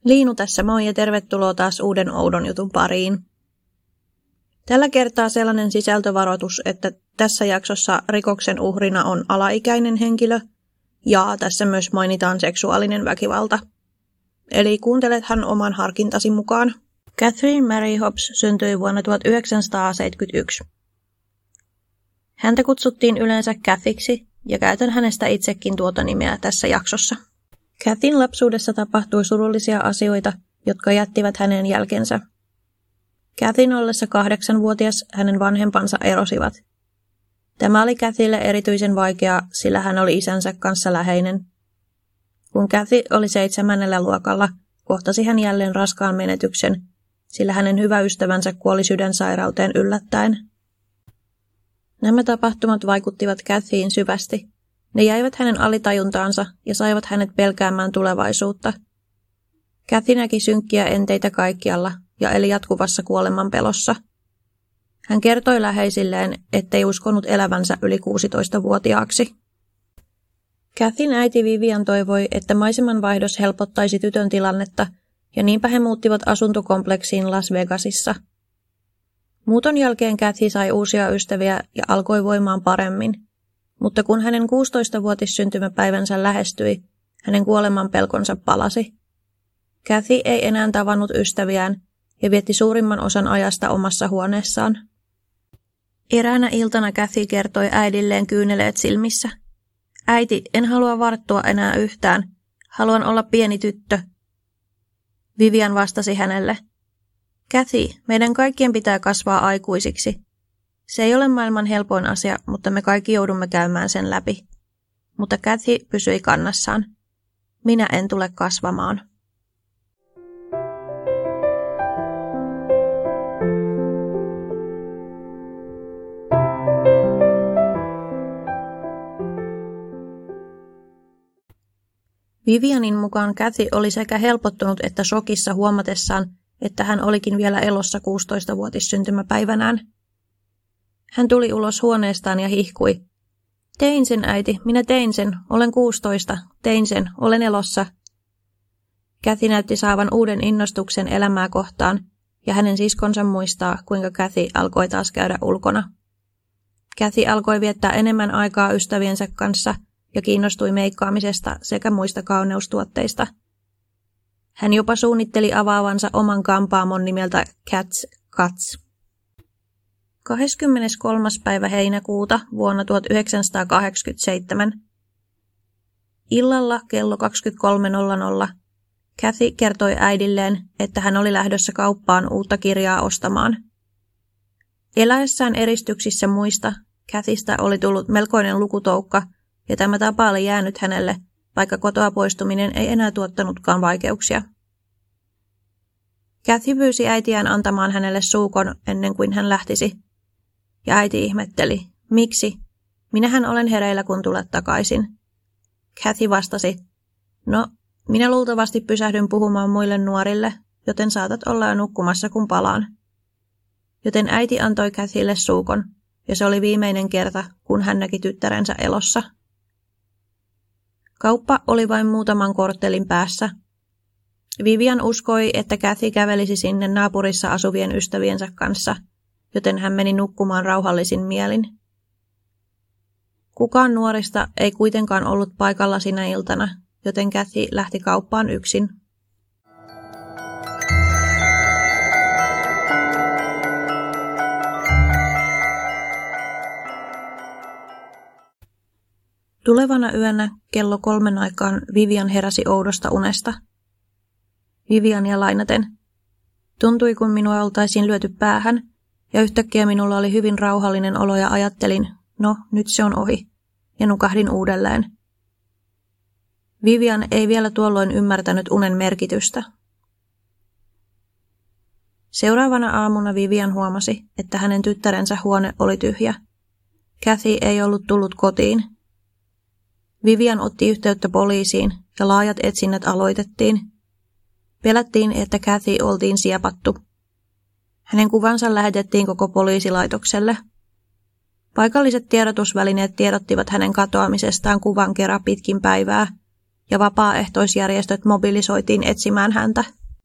Liinu tässä moi ja tervetuloa taas uuden oudon jutun pariin. Tällä kertaa sellainen sisältövaroitus, että tässä jaksossa rikoksen uhrina on alaikäinen henkilö ja tässä myös mainitaan seksuaalinen väkivalta. Eli kuuntelethan oman harkintasi mukaan. Catherine Mary Hobbs syntyi vuonna 1971. Häntä kutsuttiin yleensä Cathyksi ja käytän hänestä itsekin tuota nimeä tässä jaksossa. Cathyn lapsuudessa tapahtui surullisia asioita, jotka jättivät hänen jälkensä. Cathyn ollessa 8-vuotias hänen vanhempansa erosivat. Tämä oli Cathylle erityisen vaikeaa, sillä hän oli isänsä kanssa läheinen. Kun Cathy oli 7. luokalla, kohtasi hän jälleen raskaan menetyksen, sillä hänen hyvä ystävänsä kuoli sydänsairauteen yllättäen. Nämä tapahtumat vaikuttivat Cathyin syvästi. Ne jäivät hänen alitajuntaansa ja saivat hänet pelkäämään tulevaisuutta. Cathy näki synkkiä enteitä kaikkialla ja eli jatkuvassa kuoleman pelossa. Hän kertoi läheisilleen, ettei uskonut elävänsä yli 16-vuotiaaksi. Cathyn äiti Vivian toivoi, että maisemanvaihdos helpottaisi tytön tilannetta, ja niinpä he muuttivat asuntokompleksiin Las Vegasissa. Muuton jälkeen Cathy sai uusia ystäviä ja alkoi voimaan paremmin. Mutta kun hänen 16-vuotissyntymäpäivänsä lähestyi, hänen kuoleman pelkonsa palasi. Cathy ei enää tavannut ystäviään ja vietti suurimman osan ajasta omassa huoneessaan. Eräänä iltana Cathy kertoi äidilleen kyyneleet silmissä. Äiti, en halua varttua enää yhtään. Haluan olla pieni tyttö. Vivian vastasi hänelle. Cathy, meidän kaikkien pitää kasvaa aikuisiksi. Se ei ole maailman helpoin asia, mutta me kaikki joudumme käymään sen läpi. Mutta Cathy pysyi kannassaan. Minä en tule kasvamaan. Vivianin mukaan Cathy oli sekä helpottunut että shokissa huomatessaan, että hän olikin vielä elossa 16-vuotissyntymäpäivänään. Hän tuli ulos huoneestaan ja hihkui. Tein sen, äiti, minä tein sen, olen 16, tein sen, olen elossa. Cathy näytti saavan uuden innostuksen elämää kohtaan, ja hänen siskonsa muistaa, kuinka Cathy alkoi taas käydä ulkona. Cathy alkoi viettää enemmän aikaa ystäviensä kanssa ja kiinnostui meikkaamisesta sekä muista kauneustuotteista. Hän jopa suunnitteli avaavansa oman kampaamon nimeltä Cat's Cuts. 23. päivä heinäkuuta vuonna 1987. Illalla kello 23.00 Cathy kertoi äidilleen, että hän oli lähdössä kauppaan uutta kirjaa ostamaan. Eläessään eristyksissä muista, Cathystä oli tullut melkoinen lukutoukka, ja tämä tapa oli jäänyt hänelle, vaikka kotoa poistuminen ei enää tuottanutkaan vaikeuksia. Cathy pyysi äitiään antamaan hänelle suukon ennen kuin hän lähtisi. Ja äiti ihmetteli, miksi? Minähän olen hereillä, kun tulet takaisin. Cathy vastasi, no, minä luultavasti pysähdyn puhumaan muille nuorille, joten saatat olla jo nukkumassa, kun palaan. Joten äiti antoi Cathylle suukon, ja se oli viimeinen kerta, kun hän näki tyttärensä elossa. Kauppa oli vain muutaman korttelin päässä. Vivian uskoi, että Cathy kävelisi sinne naapurissa asuvien ystäviensä kanssa, joten hän meni nukkumaan rauhallisin mielin. Kukaan nuorista ei kuitenkaan ollut paikalla sinä iltana, joten Cathy lähti kauppaan yksin. Tulevana yönä kello 3 aikaan Vivian heräsi oudosta unesta. Viviania lainaten. Tuntui, kun minua oltaisiin lyöty päähän, ja yhtäkkiä minulla oli hyvin rauhallinen olo ja ajattelin, no, nyt se on ohi, ja nukahdin uudelleen. Vivian ei vielä tuolloin ymmärtänyt unen merkitystä. Seuraavana aamuna Vivian huomasi, että hänen tyttärensä huone oli tyhjä. Cathy ei ollut tullut kotiin. Vivian otti yhteyttä poliisiin ja laajat etsinnät aloitettiin. Pelättiin, että Cathy oltiin siepattu. Hänen kuvansa lähetettiin koko poliisilaitokselle. Paikalliset tiedotusvälineet tiedottivat hänen katoamisestaan kuvan kerran pitkin päivää, ja vapaaehtoisjärjestöt mobilisoitiin etsimään häntä.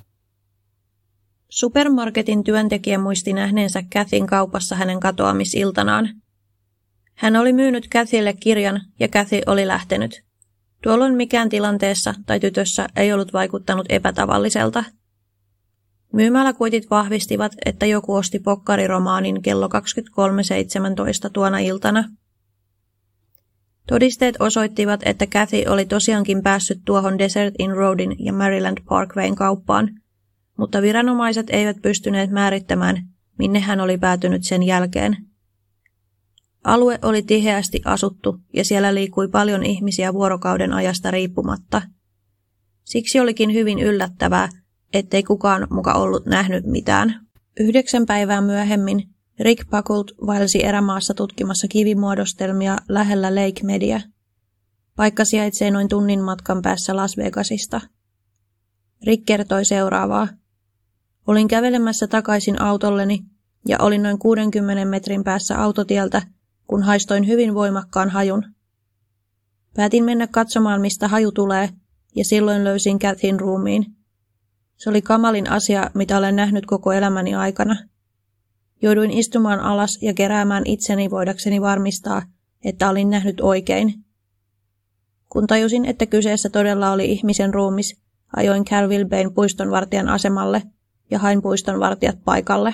Supermarketin työntekijä muisti nähneensä Cathyn kaupassa hänen katoamisiltanaan. Hän oli myynyt Cathylle kirjan ja Cathy oli lähtenyt. Tuolloin mikään tilanteessa tai tytössä ei ollut vaikuttanut epätavalliselta. Myymäläkuitit vahvistivat, että joku osti pokkariromaanin kello 23.17 tuona iltana. Todisteet osoittivat, että Cathy oli tosiaankin päässyt tuohon Desert Inn Roadin ja Maryland Parkwayn kauppaan, mutta viranomaiset eivät pystyneet määrittämään, minne hän oli päätynyt sen jälkeen. Alue oli tiheästi asuttu ja siellä liikkui paljon ihmisiä vuorokauden ajasta riippumatta. Siksi olikin hyvin yllättävää, ettei kukaan muka ollut nähnyt mitään. 9 päivää myöhemmin Rick Buckle vaelsi erämaassa tutkimassa kivimuodostelmia lähellä Lake Media. Paikka sijaitsee noin tunnin matkan päässä Las Vegasista. Rick kertoi seuraavaa. Olin kävelemässä takaisin autolleni ja olin noin 60 metrin päässä autotieltä, kun haistoin hyvin voimakkaan hajun. Päätin mennä katsomaan, mistä haju tulee, ja silloin löysin Cathyn ruumiin. Se oli kamalin asia, mitä olen nähnyt koko elämäni aikana. Jouduin istumaan alas ja keräämään itseni voidakseni varmistaa, että olin nähnyt oikein. Kun tajusin, että kyseessä todella oli ihmisen ruumis, ajoin Calville Bayn puistonvartijan asemalle ja hain puistonvartijat paikalle.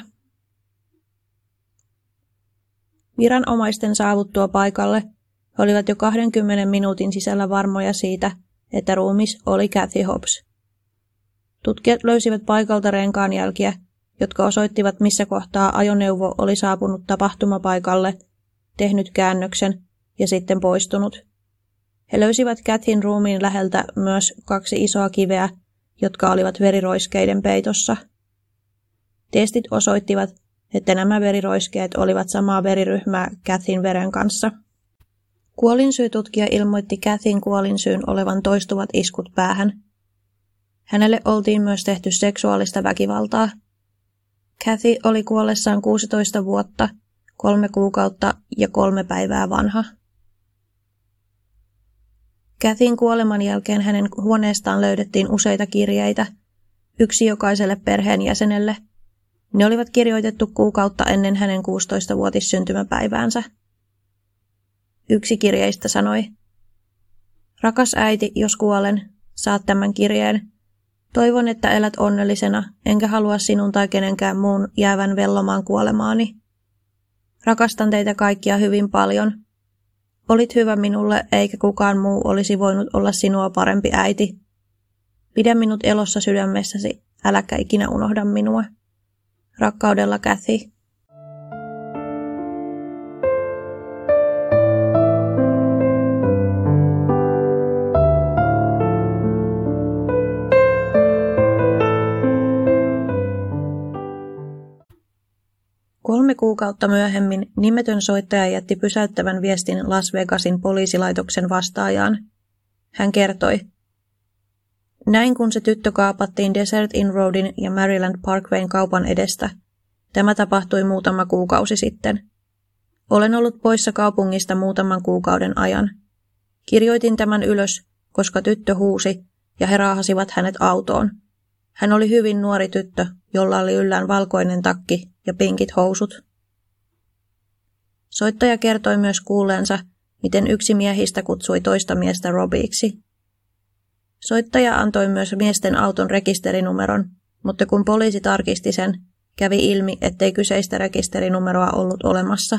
Viranomaisten saavuttua paikalle he olivat jo 20 minuutin sisällä varmoja siitä, että ruumis oli Cathy Hobbs. Tutkijat löysivät paikalta renkaanjälkiä, jotka osoittivat, missä kohtaa ajoneuvo oli saapunut tapahtumapaikalle, tehnyt käännöksen ja sitten poistunut. He löysivät Cathyn ruumiin läheltä myös 2 isoa kiveä, jotka olivat veriroiskeiden peitossa. Testit osoittivat, että nämä veriroiskeet olivat samaa veriryhmää Cathyn veren kanssa. Kuolinsyytutkija ilmoitti Cathyn kuolinsyyn olevan toistuvat iskut päähän. Hänelle oltiin myös tehty seksuaalista väkivaltaa. Cathy oli kuollessaan 16 vuotta, 3 kuukautta ja 3 päivää vanha. Cathyn kuoleman jälkeen hänen huoneestaan löydettiin useita kirjeitä, 1 jokaiselle perheenjäsenelle. Ne olivat kirjoitettu kuukautta ennen hänen 16-vuotissyntymäpäiväänsä. 1 kirjeistä sanoi: Rakas äiti, jos kuolen, saat tämän kirjeen. Toivon, että elät onnellisena, enkä halua sinun tai kenenkään muun jäävän vellomaan kuolemaani. Rakastan teitä kaikkia hyvin paljon. Olit hyvä minulle, eikä kukaan muu olisi voinut olla sinua parempi äiti. Pidä minut elossa sydämessäsi, äläkä ikinä unohda minua. Rakkaudella, Cathy. Kolme kuukautta myöhemmin nimetön soittaja jätti pysäyttävän viestin Las Vegasin poliisilaitoksen vastaajaan. Hän kertoi: Näin kun se tyttö kaapattiin Desert Inn Roadin ja Maryland Parkwayn kaupan edestä. Tämä tapahtui muutama kuukausi sitten. Olen ollut poissa kaupungista muutaman kuukauden ajan. Kirjoitin tämän ylös, koska tyttö huusi ja he raahasivat hänet autoon. Hän oli hyvin nuori tyttö, jolla oli yllään valkoinen takki ja pinkit housut. Soittaja kertoi myös kuulleensa, miten yksi miehistä kutsui toista miestä Robiksi. Soittaja antoi myös miesten auton rekisterinumeron, mutta kun poliisi tarkisti sen, kävi ilmi, ettei kyseistä rekisterinumeroa ollut olemassa.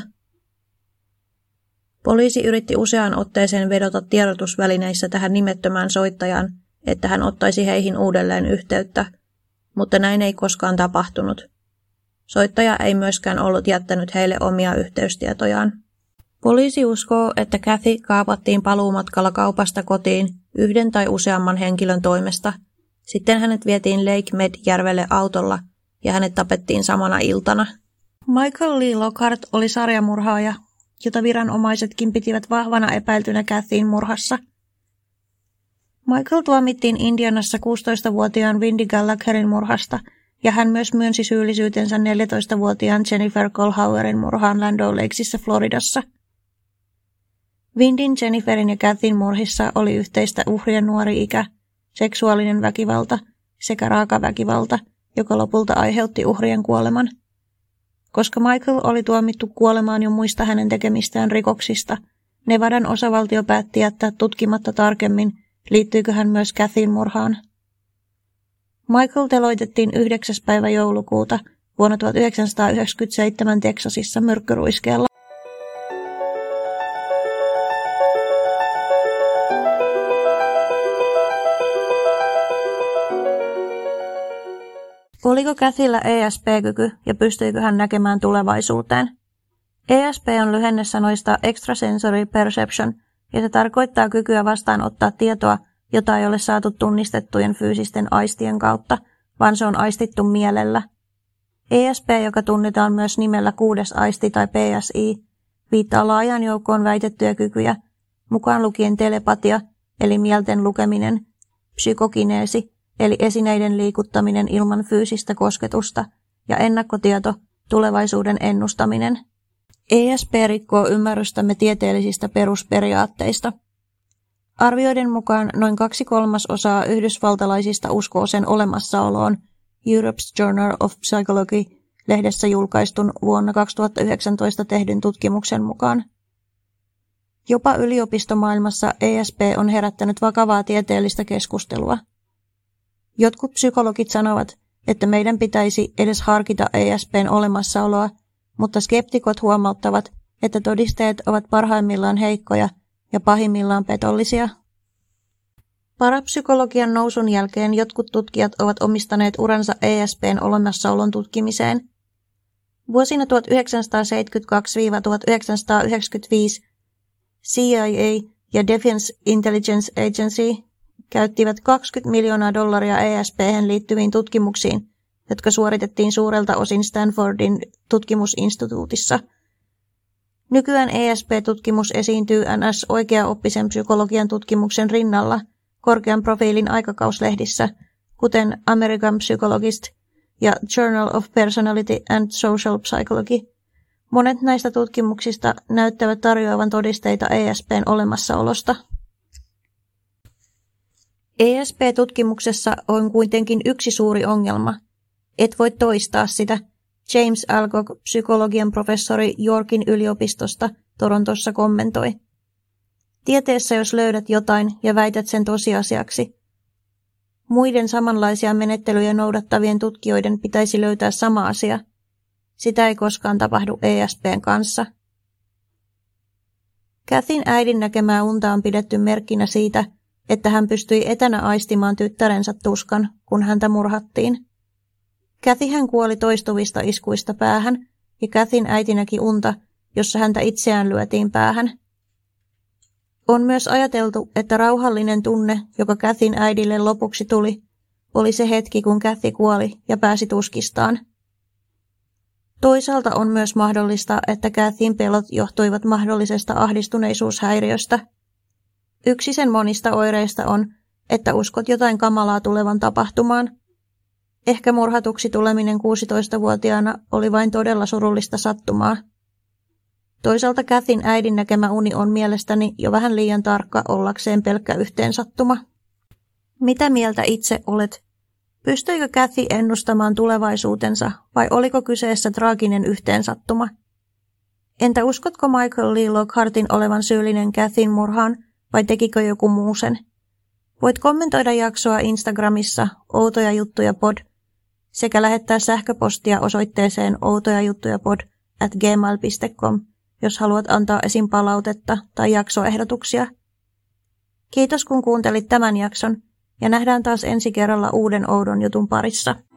Poliisi yritti useaan otteeseen vedota tiedotusvälineissä tähän nimettömään soittajaan, että hän ottaisi heihin uudelleen yhteyttä, mutta näin ei koskaan tapahtunut. Soittaja ei myöskään ollut jättänyt heille omia yhteystietojaan. Poliisi uskoo, että Cathy kaapattiin paluumatkalla kaupasta kotiin 1 tai useamman henkilön toimesta. Sitten hänet vietiin Lake Med-järvelle autolla ja hänet tapettiin samana iltana. Michael Lee Lockhart oli sarjamurhaaja, jota viranomaisetkin pitivät vahvana epäiltynä Cathyn murhassa. Michael tuomittiin Indianassa 16-vuotiaan Windy Gallagherin murhasta, ja hän myös myönsi syyllisyytensä 14-vuotiaan Jennifer Colhauerin murhaan Land O'Lakesissa Floridassa. Windin, Jenniferin ja Kathyn murhissa oli yhteistä uhrien nuori ikä, seksuaalinen väkivalta sekä raaka väkivalta, joka lopulta aiheutti uhrien kuoleman. Koska Michael oli tuomittu kuolemaan jo muista hänen tekemistään rikoksista, Nevadan osavaltio päätti jättää tutkimatta tarkemmin, liittyykö hän myös Kathyn murhaan. Michael teloitettiin 9. päivä joulukuuta vuonna 1997 Teksasissa myrkkyruiskeella. Oliko Kathyllä ESP-kyky ja pystyykö hän näkemään tulevaisuuteen? ESP on lyhenne sanoista Extrasensory Perception, ja se tarkoittaa kykyä vastaanottaa tietoa, jota ei ole saatu tunnistettujen fyysisten aistien kautta, vaan se on aistittu mielellä. ESP, joka tunnetaan myös nimellä 6. aisti tai PSI, viittaa laajaan joukkoon väitettyjä kykyjä, mukaan lukien telepatia, eli mielten lukeminen, psykokineesi, eli esineiden liikuttaminen ilman fyysistä kosketusta, ja ennakkotieto, tulevaisuuden ennustaminen. ESP rikkoo ymmärrystämme tieteellisistä perusperiaatteista. Arvioiden mukaan noin 2/3 yhdysvaltalaisista uskoo sen olemassaoloon Europe's Journal of Psychology-lehdessä julkaistun vuonna 2019 tehdyn tutkimuksen mukaan. Jopa yliopistomaailmassa ESP on herättänyt vakavaa tieteellistä keskustelua. Jotkut psykologit sanovat, että meidän pitäisi edes harkita ESPn olemassaoloa, mutta skeptikot huomauttavat, että todisteet ovat parhaimmillaan heikkoja ja pahimmillaan petollisia. Parapsykologian nousun jälkeen jotkut tutkijat ovat omistaneet uransa ESPn olemassaolon tutkimiseen. Vuosina 1972–1995 CIA ja Defense Intelligence Agency käyttivät $20 miljoonaa ESP:hen liittyviin tutkimuksiin, jotka suoritettiin suurelta osin Stanfordin tutkimusinstituutissa. Nykyään ESP-tutkimus esiintyy NS-oikeaoppisen psykologian tutkimuksen rinnalla korkean profiilin aikakauslehdissä, kuten American Psychologist ja Journal of Personality and Social Psychology. Monet näistä tutkimuksista näyttävät tarjoavan todisteita ESPn olemassaolosta. ESP-tutkimuksessa on kuitenkin yksi suuri ongelma. Et voi toistaa sitä, James Alcock, psykologian professori Yorkin yliopistosta, Torontossa kommentoi. Tieteessä jos löydät jotain ja väität sen tosiasiaksi. Muiden samanlaisia menettelyjä noudattavien tutkijoiden pitäisi löytää sama asia. Sitä ei koskaan tapahdu ESPn kanssa. Kathyn äidin näkemää unta on pidetty merkkinä siitä, että hän pystyi etänä aistimaan tyttärensä tuskan, kun häntä murhattiin. Kathyhän kuoli toistuvista iskuista päähän, ja Kathyn äiti näki unta, jossa häntä itseään lyötiin päähän. On myös ajateltu, että rauhallinen tunne, joka Kathyn äidille lopuksi tuli, oli se hetki, kun Kathy kuoli ja pääsi tuskistaan. Toisaalta on myös mahdollista, että Kathyn pelot johtuivat mahdollisesta ahdistuneisuushäiriöstä. Yksi sen monista oireista on, että uskot jotain kamalaa tulevan tapahtumaan. Ehkä murhatuksi tuleminen 16-vuotiaana oli vain todella surullista sattumaa. Toisaalta Kathyn äidin näkemä uni on mielestäni jo vähän liian tarkka ollakseen pelkkä yhteensattuma. Mitä mieltä itse olet? Pystyikö Kathy ennustamaan tulevaisuutensa vai oliko kyseessä traaginen yhteensattuma? Entä uskotko Michael Lee Lockhartin olevan syyllinen Kathyn murhaan vai tekikö joku muu sen? Voit kommentoida jaksoa Instagramissa Outoja juttuja pod sekä lähettää sähköpostia osoitteeseen outojajuttujapod@gmail.com, jos haluat antaa esim. Palautetta tai jaksoehdotuksia. Kiitos kun kuuntelit tämän jakson ja nähdään taas ensi kerralla uuden oudon jutun parissa.